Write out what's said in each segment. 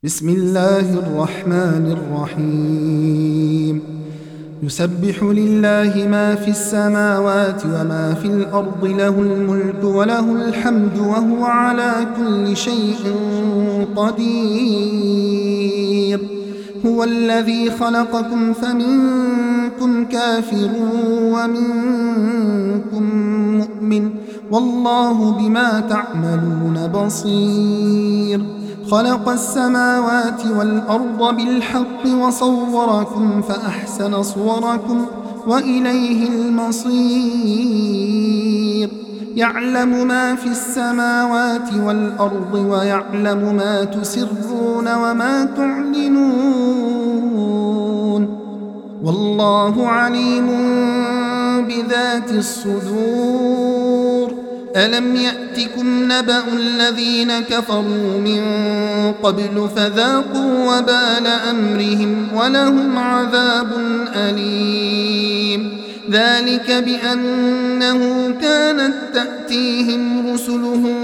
بسم الله الرحمن الرحيم يسبح لله ما في السماوات وما في الأرض له الملك وله الحمد وهو على كل شيء قدير هو الذي خلقكم فمنكم كافر ومنكم مؤمن والله بما تعملون بصير خلق السماوات والأرض بالحق وصوركم فأحسن صوركم وإليه المصير يعلم ما في السماوات والأرض ويعلم ما تسرون وما تعلنون والله عليم بذات الصدور ألم يأتكم نبأ الذين كفروا من قبل فذاقوا وبال أمرهم ولهم عذاب أليم ذلك بأنه كانت تأتيهم رسلهم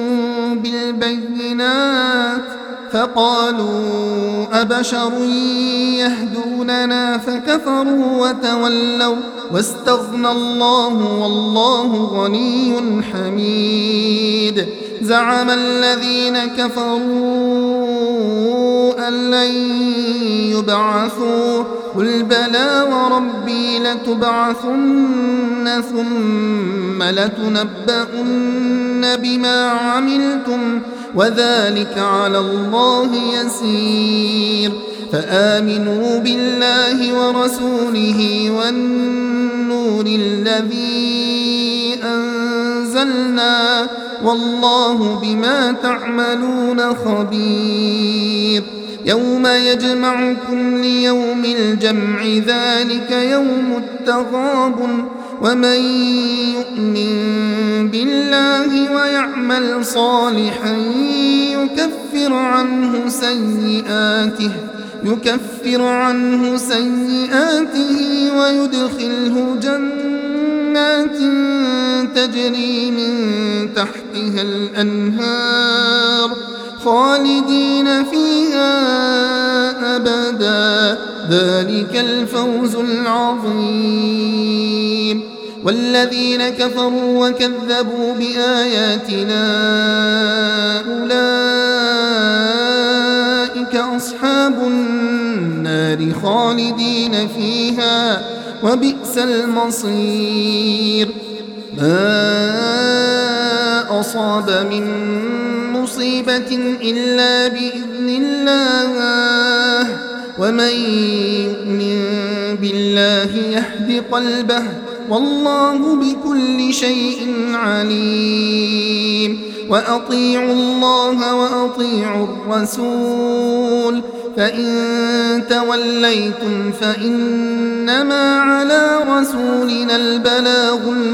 بالبينات فقالوا أبشر يهدوننا فكفروا وتولوا واستغنى الله والله غني حميد زعم الذين كفروا أن لن يبعثوا قل بلى وربي لتبعثن ثم لتنبؤن بما عملتم وذلك على الله يسير فآمنوا بالله ورسوله والنور الذي أنزلنا والله بما تعملون خبير يوم يجمعكم ليوم الجمع ذلك يوم التغابن ومن يؤمن بالله ويعمل صالحا يكفر عنه سيئاته ويدخله جنات تجري من تحتها الأنهار خالدين فيها أبدا ذلك الفوز العظيم والذين كفروا وكذبوا بآياتنا أولئك أصحاب النار خالدين فيها وبئس المصير ما أصاب من مصيبة إلا بإذن الله ومن يؤمن بالله يهد قلبه والله بكل شيء عليم وأطيعوا الله وأطيعوا الرسول فإن توليتم فإنما على رسولنا البلاغ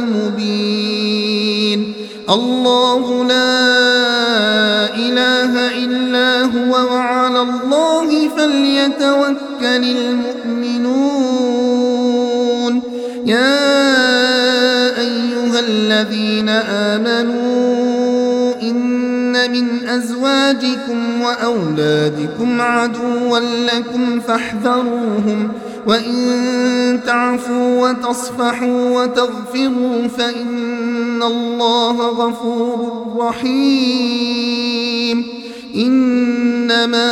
المبين الله لا إله إلا هو وعلى الله فليتوكل المؤمنون يا أيها الذين آمنوا إن من أزواجكم وأولادكم عدوا لكم فاحذروهم وإن تعفوا وتصفحوا وتغفروا فإن الله غفور رحيم إنما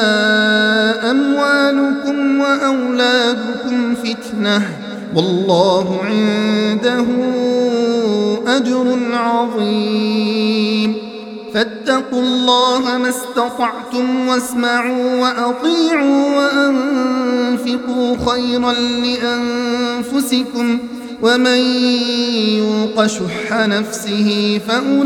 أموالكم وأولادكم فتنة والله عنده أجر عظيم فاتقوا الله ما استطعتم واسمعوا وأطيعوا وأنفقوا خيرا لأنفسكم ومن يوق شح نفسه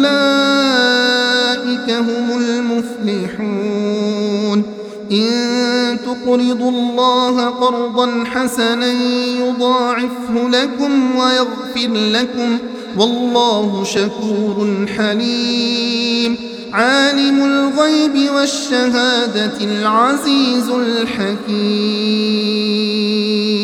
فأولئك هم المفلحون إن تقرضوا الله قرضا حسنا يضاعفه لكم ويغفر لكم والله شكور حليم عالم الغيب والشهادة العزيز الحكيم